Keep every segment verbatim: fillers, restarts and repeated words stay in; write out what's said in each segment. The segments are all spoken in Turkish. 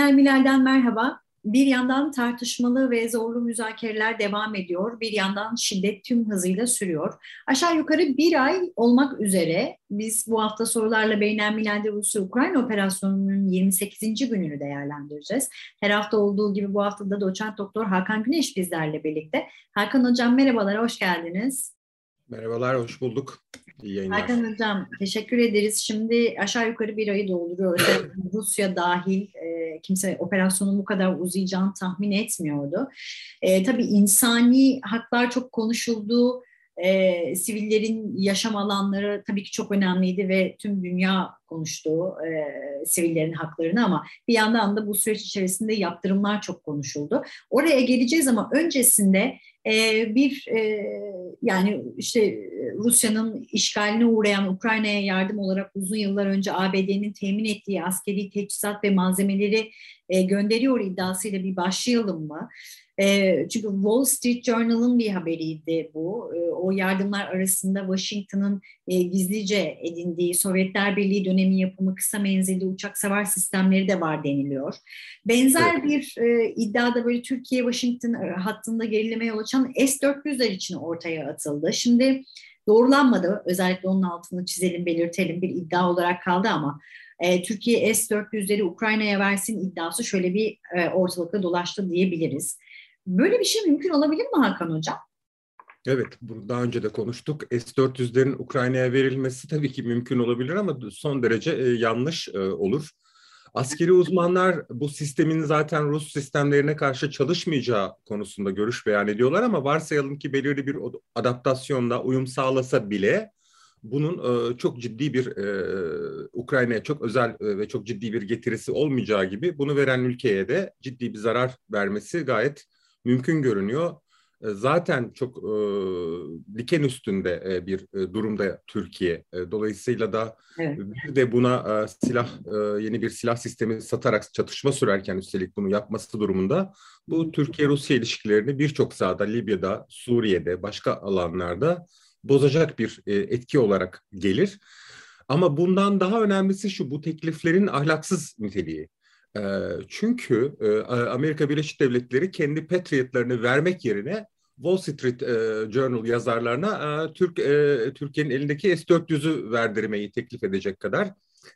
Beynelmilal'den merhaba. Bir yandan tartışmalı ve zorlu müzakereler devam ediyor. Bir yandan şiddet tüm hızıyla sürüyor. Aşağı yukarı bir ay olmak üzere biz bu hafta sorularla Beynelmilal'de Rusya-Ukrayna operasyonunun yirmi sekizinci gününü değerlendireceğiz. Her hafta olduğu gibi bu haftada doçent doktor Hakan Güneş bizlerle birlikte. Hakan Hocam merhabalar, hoş geldiniz. Merhabalar, hoş bulduk. İyi yayınlar. Hakan Hocam teşekkür ederiz. Şimdi aşağı yukarı bir ayı dolduruyor. Özellikle Rusya dahil e, kimse operasyonun bu kadar uzayacağını tahmin etmiyordu. E, tabii insani haklar çok konuşuldu. E, sivillerin yaşam alanları tabii ki çok önemliydi ve tüm dünya konuştu e, sivillerin haklarını ama bir yandan da bu süreç içerisinde yaptırımlar çok konuşuldu. Oraya geleceğiz ama öncesinde e, bir e, yani işte Rusya'nın işgaline uğrayan Ukrayna'ya yardım olarak uzun yıllar önce A B D'nin temin ettiği askeri teçhizat ve malzemeleri e, gönderiyor iddiasıyla bir başlayalım mı? E, çünkü Wall Street Journal'ın bir haberiydi bu. E, o yardımlar arasında Washington'ın e, gizlice edindiği Sovyetler Birliği dönemi yapımı kısa menzilli uçak savar sistemleri de var deniliyor. Benzer Evet. bir e, iddiada böyle Türkiye-Washington hattında gerilime yol açan S dört yüzler için ortaya atıldı. Şimdi doğrulanmadı. Özellikle onun altını çizelim, belirtelim. Bir iddia olarak kaldı ama e, Türkiye S dört yüzleri Ukrayna'ya versin iddiası şöyle bir e, ortalıkta dolaştı diyebiliriz. Böyle bir şey mümkün olabilir mi Hakan Hocam? Evet, bunu daha önce de konuştuk. S dört yüzlerin Ukrayna'ya verilmesi tabii ki mümkün olabilir ama son derece e, yanlış e, olur. Askeri uzmanlar bu sistemin zaten Rus sistemlerine karşı çalışmayacağı konusunda görüş beyan ediyorlar ama varsayalım ki belirli bir adaptasyonla uyum sağlasa bile bunun e, çok ciddi bir e, Ukrayna'ya çok özel e, ve çok ciddi bir getirisi olmayacağı gibi bunu veren ülkeye de ciddi bir zarar vermesi gayet mümkün görünüyor. Zaten çok e, diken üstünde e, bir e, durumda Türkiye. E, dolayısıyla da Evet. bir de buna e, silah e, yeni bir silah sistemi satarak çatışma sürerken üstelik bunu yapması durumunda bu Türkiye-Rusya ilişkilerini birçok sahada, Libya'da, Suriye'de, başka alanlarda bozacak bir e, etki olarak gelir. Ama bundan daha önemlisi şu, bu tekliflerin ahlaksız niteliği. Çünkü Amerika Birleşik Devletleri kendi Patriot'larını vermek yerine Wall Street Journal yazarlarına Türk Türkiye'nin elindeki S dört yüzü verdirmeyi teklif edecek kadar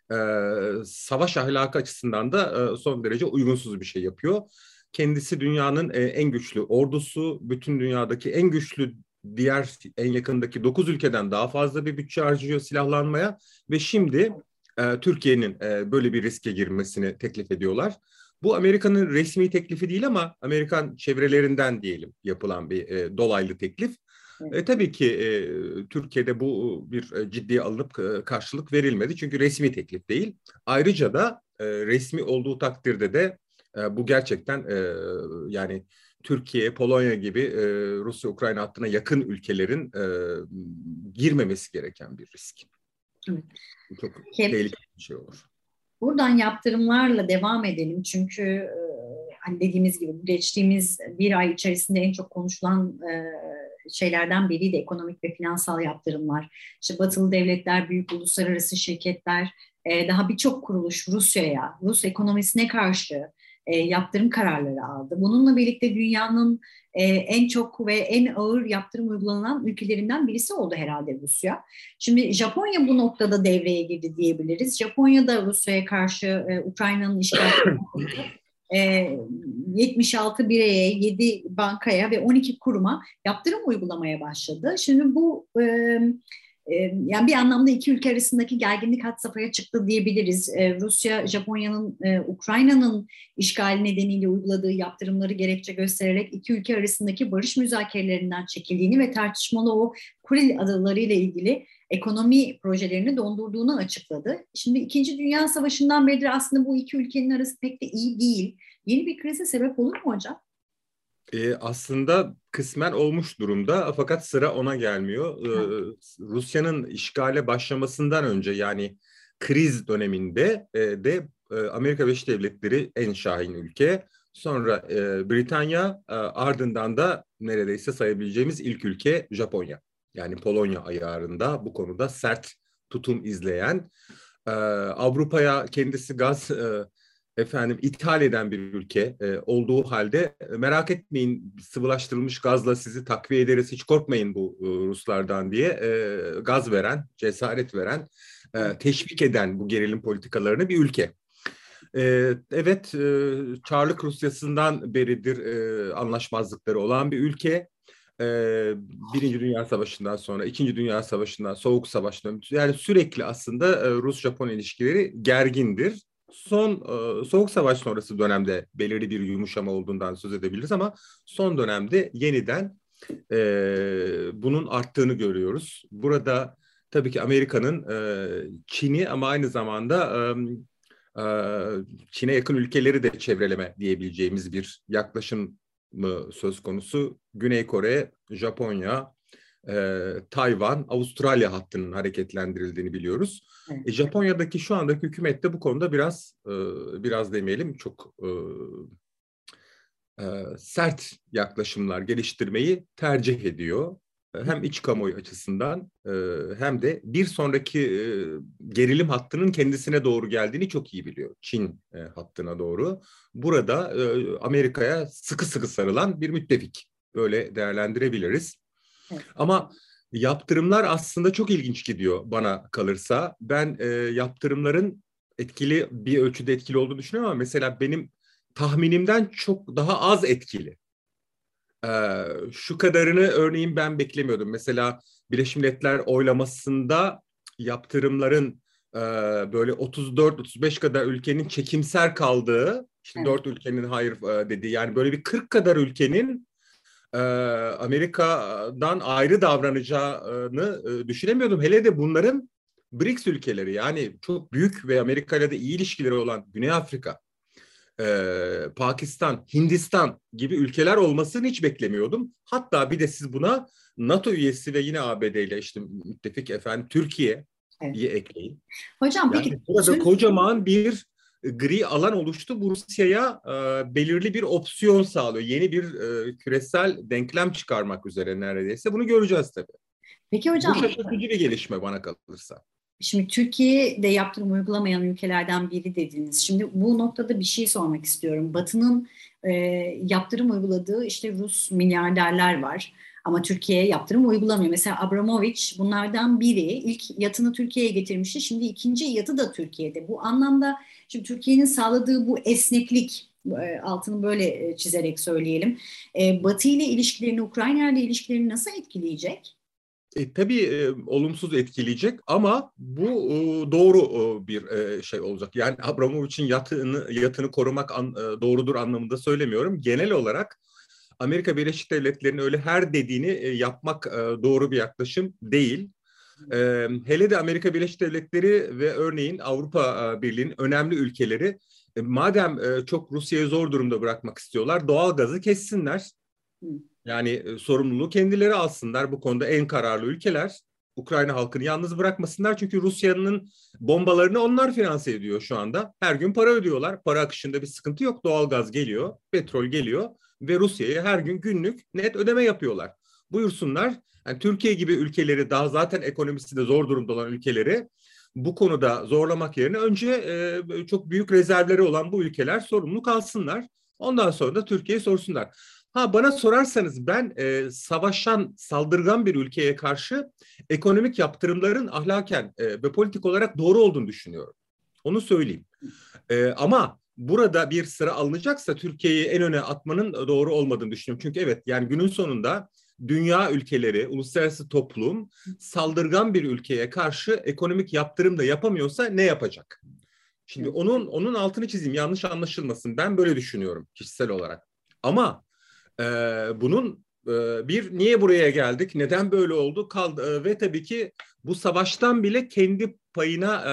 savaş ahlakı açısından da son derece uygunsuz bir şey yapıyor. Kendisi dünyanın en güçlü ordusu, bütün dünyadaki en güçlü diğer en yakındaki dokuz ülkeden daha fazla bir bütçe harcıyor silahlanmaya ve şimdi Türkiye'nin böyle bir riske girmesini teklif ediyorlar. Bu Amerika'nın resmi teklifi değil ama Amerikan çevrelerinden diyelim yapılan bir e, dolaylı teklif. E, tabii ki e, Türkiye'de bu bir e, ciddiye alınıp e, karşılık verilmedi çünkü resmi teklif değil. Ayrıca da e, resmi olduğu takdirde de e, bu gerçekten e, yani Türkiye, Polonya gibi e, Rusya-Ukrayna hattına yakın ülkelerin e, girmemesi gereken bir risk. Evet. Bu çok Hep tehlikeli bir şey olur. buradan yaptırımlarla devam edelim çünkü e, hani dediğimiz gibi geçtiğimiz bir ay içerisinde en çok konuşulan e, şeylerden biriydi ekonomik ve finansal yaptırımlar. İşte batılı devletler, büyük uluslararası şirketler, e, daha birçok kuruluş Rusya'ya, Rus ekonomisine karşı e, yaptırım kararları aldı. Bununla birlikte dünyanın e, en çok ve en ağır yaptırım uygulanan ülkelerinden birisi oldu herhalde Rusya. Şimdi Japonya bu noktada devreye girdi diyebiliriz. Japonya da Rusya'ya karşı e, Ukrayna'nın işgaline e, yetmiş altı bireye, yedi bankaya ve on iki kuruma yaptırım uygulamaya başladı. Şimdi bu e, e, yani bir anlamda iki ülke arasındaki gerginlik had safhaya çıktı diyebiliriz. E, Rusya, Japonya'nın e, Ukrayna'nın işgali nedeniyle uyguladığı yaptırımları gerekçe göstererek iki ülke arasındaki barış müzakerelerinden çekildiğini ve tartışmalı o Kuril adaları ile ilgili ekonomi projelerini dondurduğunu açıkladı. Şimdi İkinci Dünya Savaşı'ndan beridir aslında bu iki ülkenin arası pek de iyi değil. Yeni bir krize sebep olur mu hocam? Ee, aslında kısmen olmuş durumda fakat sıra ona gelmiyor. Ee, Rusya'nın işgale başlamasından önce yani kriz döneminde e, de e, Amerika Birleşik Devletleri en şahin ülke. Sonra e, Britanya, e, ardından da neredeyse sayabileceğimiz ilk ülke Japonya. Yani Polonya ayarında bu konuda sert tutum izleyen, e, Avrupa'ya kendisi gaz e, efendim ithal eden bir ülke e, olduğu halde e, merak etmeyin sıvılaştırılmış gazla sizi takviye ederiz hiç korkmayın bu e, Ruslardan diye e, gaz veren, cesaret veren, e, teşvik eden bu gerilim politikalarını bir ülke. E, evet, e, Çarlık Rusyası'ndan beridir e, anlaşmazlıkları olan bir ülke. Ee, Birinci Dünya Savaşı'ndan sonra, İkinci Dünya Savaşı'ndan, Soğuk Savaş'tan, yani sürekli aslında e, Rus-Japon ilişkileri gergindir. Son e, Soğuk Savaş sonrası dönemde belirli bir yumuşama olduğundan söz edebiliriz ama son dönemde yeniden e, bunun arttığını görüyoruz. Burada tabii ki Amerika'nın e, Çin'i ama aynı zamanda e, e, Çin'e yakın ülkeleri de çevreleme diyebileceğimiz bir yaklaşım mı söz konusu? Güney Kore, Japonya, e, Tayvan, Avustralya hattının hareketlendirildiğini biliyoruz. Evet. E, Japonya'daki şu andaki hükümet de bu konuda biraz e, biraz demeyelim çok e, e, sert yaklaşımlar geliştirmeyi tercih ediyor. Hem iç kamuoyu açısından e, hem de bir sonraki e, gerilim hattının kendisine doğru geldiğini çok iyi biliyor. Çin e, hattına doğru. Burada e, Amerika'ya sıkı sıkı sarılan bir müttefik. Böyle değerlendirebiliriz. Evet. Ama yaptırımlar aslında çok ilginç gidiyor bana kalırsa. Ben e, yaptırımların etkili bir ölçüde etkili olduğunu düşünüyorum ama mesela benim tahminimden çok daha az etkili. Ee, şu kadarını örneğin ben beklemiyordum. Mesela Birleşmiş Milletler oylamasında yaptırımların e, böyle otuz dört otuz beş kadar ülkenin çekimser kaldığı, işte Evet. dört ülkenin hayır e, dediği, yani böyle bir kırk kadar ülkenin e, Amerika'dan ayrı davranacağını e, düşünemiyordum. Hele de bunların BRICS ülkeleri, yani çok büyük ve Amerika ile de iyi ilişkileri olan Güney Afrika, Ee, Pakistan, Hindistan gibi ülkeler olmasını hiç beklemiyordum. Hatta bir de siz buna NATO üyesi ve yine A B D ile işte müttefik efendim Türkiye'yi Evet. ekleyin. Hocam Yani peki burada Türk... kocaman bir gri alan oluştu. Bu Rusya'ya e, belirli bir opsiyon sağlıyor. Yeni bir e, küresel denklem çıkarmak üzere neredeyse. Bunu göreceğiz tabii. Peki Bu hocam, şaşırtıcı bir gelişme bana kalırsa. şimdi Türkiye de yaptırım uygulamayan ülkelerden biri dediniz. Şimdi bu noktada bir şey sormak istiyorum. Batı'nın e, yaptırım uyguladığı işte Rus milyarderler var. Ama Türkiye yaptırım uygulamıyor. Mesela Abramovich bunlardan biri. İlk yatını Türkiye'ye getirmişti. Şimdi ikinci yatı da Türkiye'de. Bu anlamda şimdi Türkiye'nin sağladığı bu esneklik, e, altını böyle e, çizerek söyleyelim. E, Batı ile ilişkilerini, Ukrayna ile ilişkilerini nasıl etkileyecek? E, tabii e, olumsuz etkileyecek ama bu e, doğru e, bir e, şey olacak. Yani Abramovich'in yatını yatını korumak an, e, doğrudur anlamında söylemiyorum. Genel olarak Amerika Birleşik Devletleri'nin öyle her dediğini e, yapmak e, doğru bir yaklaşım değil. E, hele de Amerika Birleşik Devletleri ve örneğin Avrupa e, Birliği'nin önemli ülkeleri e, madem e, çok Rusya'yı zor durumda bırakmak istiyorlar, doğal gazı kessinler. Yani e, sorumluluğu kendileri alsınlar. Bu konuda en kararlı ülkeler. Ukrayna halkını yalnız bırakmasınlar. Çünkü Rusya'nın bombalarını onlar finanse ediyor şu anda. Her gün para ödüyorlar. Para akışında bir sıkıntı yok. Doğalgaz geliyor, petrol geliyor ve Rusya'ya her gün günlük net ödeme yapıyorlar. Buyursunlar. Yani Türkiye gibi ülkeleri, daha zaten ekonomisi de zor durumda olan ülkeleri bu konuda zorlamak yerine önce e, çok büyük rezervleri olan bu ülkeler sorumluluk alsınlar. Ondan sonra da Türkiye'ye sorsunlar. Ha, bana sorarsanız ben e, savaşan, saldırgan bir ülkeye karşı ekonomik yaptırımların ahlaken e, ve politik olarak doğru olduğunu düşünüyorum. Onu söyleyeyim. E, ama burada bir sıra alınacaksa Türkiye'yi en öne atmanın doğru olmadığını düşünüyorum. Çünkü evet, yani günün sonunda dünya ülkeleri, uluslararası toplum saldırgan bir ülkeye karşı ekonomik yaptırım da yapamıyorsa ne yapacak? Şimdi onun onun altını çizeyim, yanlış anlaşılmasın. Ben böyle düşünüyorum kişisel olarak. Ama ee, bunun e, bir niye buraya geldik, neden böyle oldu kaldı e, ve tabii ki bu savaştan bile kendi payına e,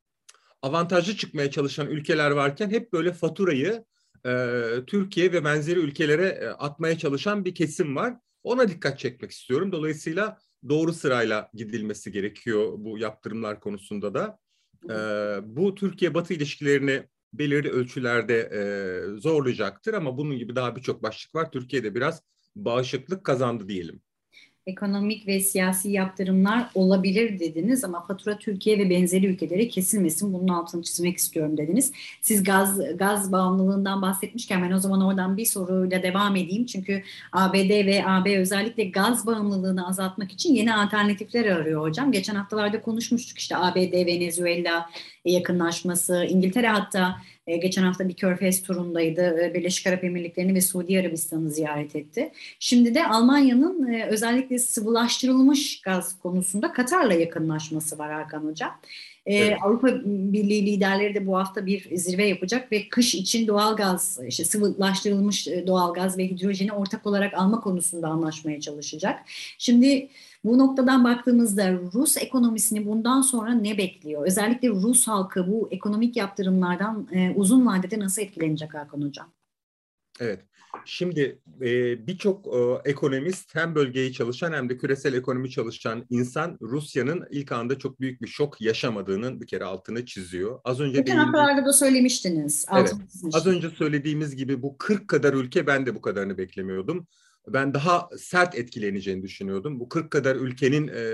avantajlı çıkmaya çalışan ülkeler varken hep böyle faturayı e, Türkiye ve benzeri ülkelere e, atmaya çalışan bir kesim var. Ona dikkat çekmek istiyorum. Dolayısıyla doğru sırayla gidilmesi gerekiyor bu yaptırımlar konusunda da. E, bu Türkiye-Batı ilişkilerini belirli ölçülerde e, zorlayacaktır ama bunun gibi daha birçok başlık var. Türkiye'de biraz bağışıklık kazandı diyelim. ekonomik ve siyasi yaptırımlar olabilir dediniz ama fatura Türkiye ve benzeri ülkelere kesilmesin. Bunun altını çizmek istiyorum dediniz. Siz gaz gaz bağımlılığından bahsetmişken ben o zaman oradan bir soruyla devam edeyim. Çünkü A B D ve A B özellikle gaz bağımlılığını azaltmak için yeni alternatifler arıyor hocam. Geçen haftalarda konuşmuştuk işte A B D, Venezuela yakınlaşması, İngiltere hatta e, geçen hafta bir Körfez turundaydı. E, Birleşik Arap Emirlikleri'ni ve Suudi Arabistan'ı ziyaret etti. Şimdi de Almanya'nın e, özellikle sıvılaştırılmış gaz konusunda Katar'la yakınlaşması var Hakan Hocam. Ee, Evet. Avrupa Birliği liderleri de bu hafta bir zirve yapacak ve kış için doğalgaz, işte sıvılaştırılmış e, doğalgaz ve hidrojeni ortak olarak alma konusunda anlaşmaya çalışacak. Şimdi bu noktadan baktığımızda Rus ekonomisini bundan sonra ne bekliyor? Özellikle Rus halkı bu ekonomik yaptırımlardan e, uzun vadede nasıl etkilenecek Hakan Hocam? Evet. Şimdi e, birçok e, ekonomist hem bölgeyi çalışan hem de küresel ekonomi çalışan insan Rusya'nın ilk anda çok büyük bir şok yaşamadığının bir kere altını çiziyor. Az önce Geçen değindiğim, haftalarda da söylemiştiniz, evet, altını az çizmiştiniz. önce söylediğimiz gibi bu kırk kadar ülke, ben de bu kadarını beklemiyordum. Ben daha sert etkileneceğini düşünüyordum. Bu kırk kadar ülkenin e,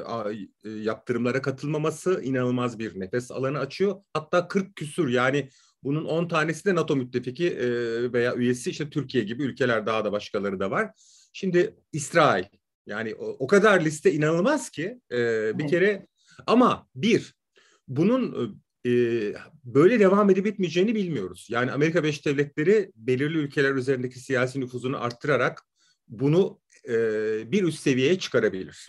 e, yaptırımlara katılmaması inanılmaz bir nefes alanı açıyor. Hatta kırk küsur, yani bunun on tanesi de NATO müttefiki e, veya üyesi, işte Türkiye gibi ülkeler, daha da başkaları da var. Şimdi İsrail, yani o, o kadar liste inanılmaz ki e, bir Evet. kere, ama bir bunun e, böyle devam edip bitmeyeceğini bilmiyoruz. Yani Amerika Birleşik Devletleri belirli ülkeler üzerindeki siyasi nüfuzunu arttırarak bunu e, bir üst seviyeye çıkarabilir.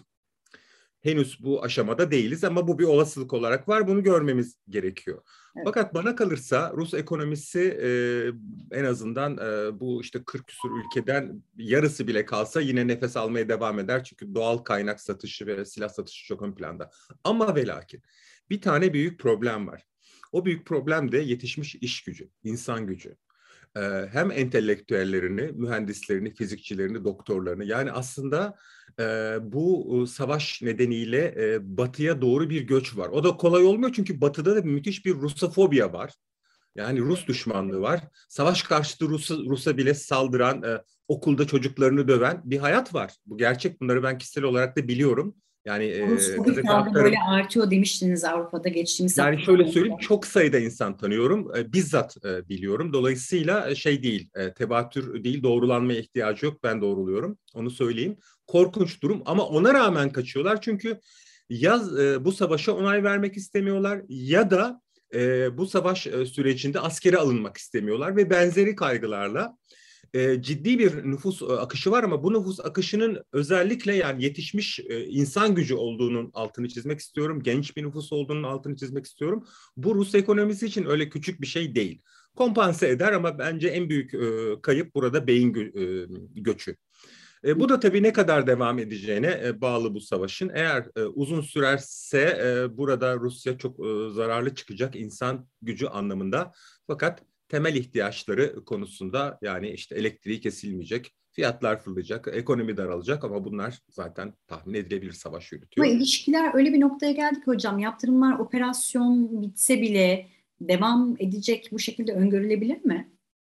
Henüz bu aşamada değiliz ama bu bir olasılık olarak var. Bunu görmemiz gerekiyor. Evet. Fakat bana kalırsa Rus ekonomisi e, en azından e, bu işte kırk küsur ülkeden yarısı bile kalsa yine nefes almaya devam eder. Çünkü doğal kaynak satışı ve silah satışı çok ön planda. Ama ve lakin bir tane büyük problem var. O büyük problem de yetişmiş iş gücü, insan gücü. Ee, hem entelektüellerini, mühendislerini, fizikçilerini, doktorlarını, yani aslında e, bu savaş nedeniyle e, batıya doğru bir göç var. O da kolay olmuyor çünkü batıda da müthiş bir Rusofobya var. Yani Rus düşmanlığı var. Savaş karşıtı Rus'a, Rus'a bile saldıran, e, okulda çocuklarını döven bir hayat var. Bu gerçek. Bunları ben kişisel olarak da biliyorum. Yani Rus e, tabii gazete salgı böyle aktarım. artıyor demiştiniz Avrupa'da geçtiğimiz Yani şöyle haftalarda. söyleyeyim, çok sayıda insan tanıyorum, e, bizzat e, biliyorum. Dolayısıyla e, şey değil, e, tebatür değil, doğrulanmaya ihtiyacı yok. Ben doğruluyorum, onu söyleyeyim. Korkunç durum ama ona rağmen kaçıyorlar çünkü ya e, bu savaşa onay vermek istemiyorlar ya da e, bu savaş e, sürecinde askere alınmak istemiyorlar ve benzeri kaygılarla e, ciddi bir nüfus e, akışı var ama bu nüfus akışının özellikle yani yetişmiş e, insan gücü olduğunun altını çizmek istiyorum. Genç bir nüfus olduğunun altını çizmek istiyorum. Bu Rus ekonomisi için öyle küçük bir şey değil. Kompanse eder ama bence en büyük e, kayıp burada beyin gö- e, göçü. E, bu da tabii ne kadar devam edeceğine e, bağlı bu savaşın. Eğer e, uzun sürerse e, burada Rusya çok e, zararlı çıkacak insan gücü anlamında. Fakat temel ihtiyaçları konusunda, yani işte elektriği kesilmeyecek, fiyatlar fırlayacak, ekonomi daralacak ama bunlar zaten tahmin edilebilir, savaş Ama yürütüyor. ilişkiler öyle bir noktaya geldik hocam. Yaptırımlar operasyon bitse bile devam edecek bu şekilde öngörülebilir mi?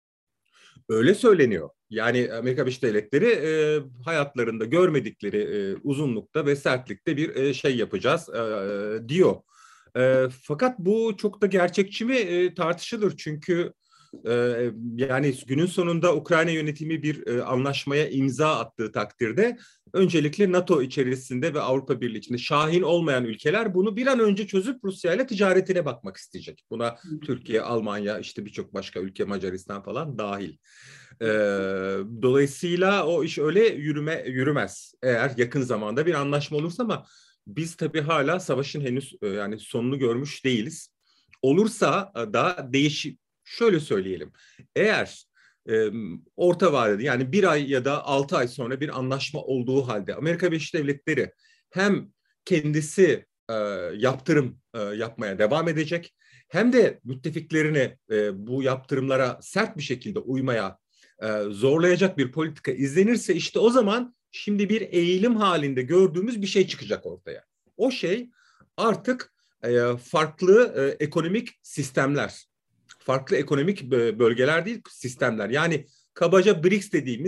Öyle söyleniyor. Yani Amerika Birleşik Devletleri e, hayatlarında görmedikleri e, uzunlukta ve sertlikte bir e, şey yapacağız e, diyor. E, fakat bu çok da gerçekçi mi e, tartışılır. Çünkü e, yani günün sonunda Ukrayna yönetimi bir e, anlaşmaya imza attığı takdirde öncelikle NATO içerisinde ve Avrupa Birliği içinde şahin olmayan ülkeler bunu bir an önce çözüp Rusya ile ticaretine bakmak isteyecek. Buna Türkiye, Almanya, işte birçok başka ülke, Macaristan falan dahil. Ee, dolayısıyla o iş öyle yürüme yürümez. Eğer yakın zamanda bir anlaşma olursa, ama biz tabii hala savaşın henüz e, yani sonunu görmüş değiliz. Olursa e, da değişik, şöyle söyleyelim. Eğer e, orta vadede, yani bir ay ya da altı ay sonra bir anlaşma olduğu halde Amerika Birleşik Devletleri hem kendisi e, yaptırım e, yapmaya devam edecek, hem de müttefiklerini e, bu yaptırımlara sert bir şekilde uymaya e, zorlayacak bir politika izlenirse, işte o zaman şimdi bir eğilim halinde gördüğümüz bir şey çıkacak ortaya. O şey artık e, farklı e, ekonomik sistemler, farklı ekonomik bölgeler değil sistemler. Yani kabaca B R I C S dediğimiz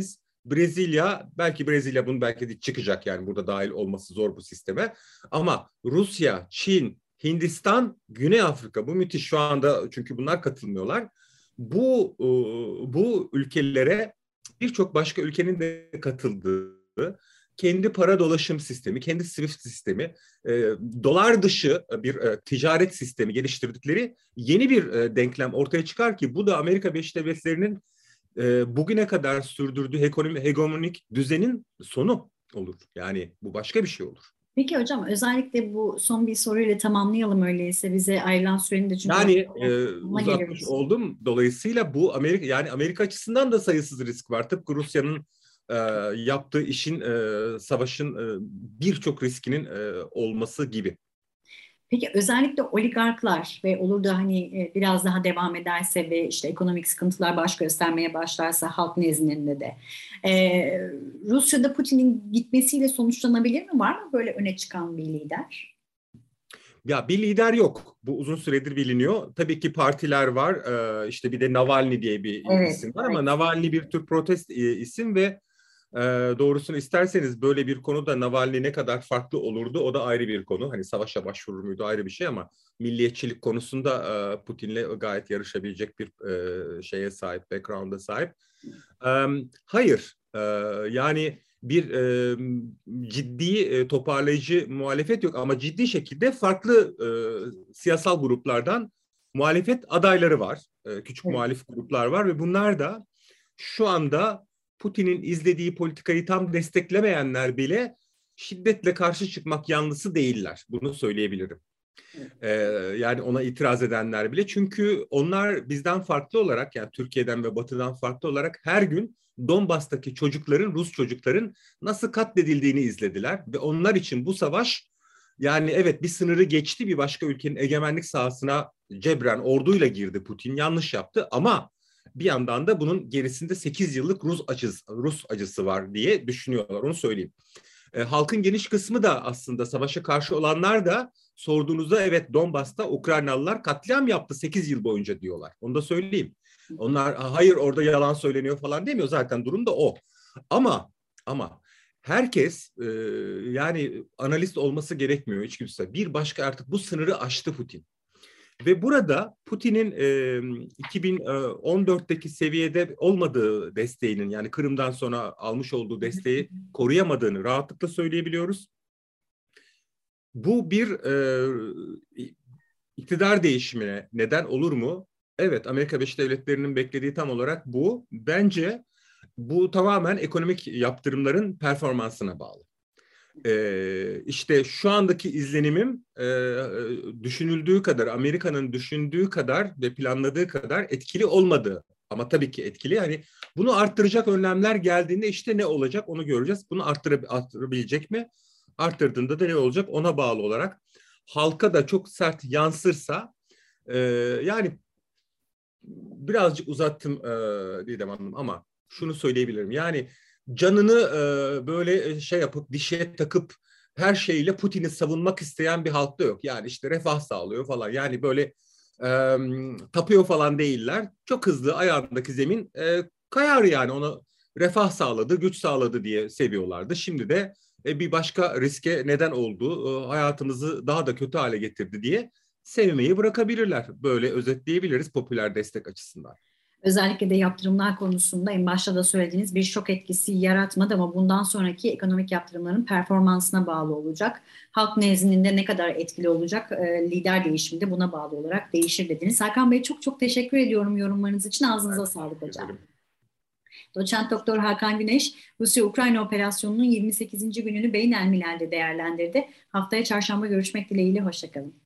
Brezilya, belki Brezilya bunu belki de çıkacak, yani burada dahil olması zor bu sisteme. Ama Rusya, Çin, Hindistan, Güney Afrika, bu müthiş şu anda, çünkü bunlar katılmıyorlar. Bu bu ülkelere birçok başka ülkenin de katıldığı kendi para dolaşım sistemi, kendi SWIFT sistemi, e, dolar dışı bir e, ticaret sistemi geliştirdikleri yeni bir e, denklem ortaya çıkar ki bu da Amerika Birleşik Devletleri'nin e, bugüne kadar sürdürdüğü ekonomi, hegemonik düzenin sonu olur. Yani bu başka bir şey olur. Peki hocam, özellikle bu son bir soruyla tamamlayalım öyleyse, bize ayrılan sürenin de çünkü yani e, uzatmış geliyoruz. oldum. Dolayısıyla bu Amerika, yani Amerika açısından da sayısız risk var. Tıpkı Rusya'nın e, yaptığı işin, e, savaşın e, birçok riskinin e, olması gibi. Peki özellikle oligarklar ve olur da hani biraz daha devam ederse ve işte ekonomik sıkıntılar baş göstermeye başlarsa halk nezdinde de ee, Rusya'da Putin'in gitmesiyle sonuçlanabilir mi? Var mı böyle öne çıkan bir lider? Ya bir lider yok. Bu uzun süredir biliniyor. Tabii ki partiler var. Ee, işte bir de Navalny diye bir Evet, isim var, evet. ama Navalny bir tür protest isim ve e, doğrusunu isterseniz böyle bir konuda Navalny ne kadar farklı olurdu, o da ayrı bir konu. Hani savaşa başvurur muydu ayrı bir şey, ama milliyetçilik konusunda e, Putin'le gayet yarışabilecek bir e, şeye sahip, background'a sahip. E, hayır, e, yani bir e, ciddi e, toparlayıcı muhalefet yok, ama ciddi şekilde farklı e, siyasal gruplardan muhalefet adayları var. E, küçük Evet. muhalif gruplar var ve bunlar da şu anda Putin'in izlediği politikayı tam desteklemeyenler bile şiddetle karşı çıkmak yanlısı değiller. Bunu söyleyebilirim. Ee, yani ona itiraz edenler bile. Çünkü onlar bizden farklı olarak, yani Türkiye'den ve Batı'dan farklı olarak her gün Donbas'taki çocukların, Rus çocukların nasıl katledildiğini izlediler. Ve onlar için bu savaş, yani evet, bir sınırı geçti, bir başka ülkenin egemenlik sahasına cebren orduyla girdi Putin, yanlış yaptı, ama bir yandan da bunun gerisinde sekiz yıllık Rus acısı, Rus acısı var diye düşünüyorlar, onu söyleyeyim. E, halkın geniş kısmı da, aslında savaşa karşı olanlar da, sorduğunuzda evet Donbas'ta Ukraynalılar katliam yaptı sekiz yıl boyunca diyorlar. Onu da söyleyeyim. Onlar hayır orada yalan söyleniyor falan demiyor, zaten durum da o. Ama ama herkes e, yani analist olması gerekmiyor hiç kimse. Bir başka, artık bu sınırı aştı Putin. Ve burada Putin'in e, iki bin on dörtteki seviyede olmadığı desteğinin, yani Kırım'dan sonra almış olduğu desteği koruyamadığını rahatlıkla söyleyebiliyoruz. Bu bir e, iktidar değişimine neden olur mu? Evet, Amerika Birleşik Devletleri'nin beklediği tam olarak bu. Bence bu tamamen ekonomik yaptırımların performansına bağlı. Ee, işte şu andaki izlenimim e, düşünüldüğü kadar, Amerika'nın düşündüğü kadar ve planladığı kadar etkili olmadığı. Ama tabii ki etkili. Yani bunu arttıracak önlemler geldiğinde işte ne olacak onu göreceğiz. Bunu arttırab- arttırabilecek mi? Arttırdığında da ne olacak ona bağlı olarak. Halka da çok sert yansırsa, e, yani birazcık uzattım e, Didem Hanım, ama şunu söyleyebilirim. Yani canını e, böyle şey yapıp dişe takıp her şeyle Putin'i savunmak isteyen bir halk da yok. Yani işte refah sağlıyor falan. Yani böyle e, tapıyor falan değiller. Çok hızlı ayağındaki zemin e, kayar, yani ona refah sağladı, güç sağladı diye seviyorlardı. Şimdi de e, bir başka riske neden oldu, e, hayatımızı daha da kötü hale getirdi diye sevmeyi bırakabilirler. Böyle özetleyebiliriz popüler destek açısından. Özellikle de yaptırımlar konusunda en başta da söylediğiniz bir şok etkisi yaratmadı ama bundan sonraki ekonomik yaptırımların performansına bağlı olacak. Halk nezdinde ne kadar etkili olacak, e, lider değişimi de buna bağlı olarak değişir dediniz. Hakan Bey, çok çok teşekkür ediyorum yorumlarınız için. Ağzınıza sağlık hocam. Doçent Doktor Hakan Güneş, Rusya-Ukrayna operasyonunun yirmi sekizinci gününü Beynelmilal'de değerlendirdi. Haftaya çarşamba görüşmek dileğiyle, hoşçakalın.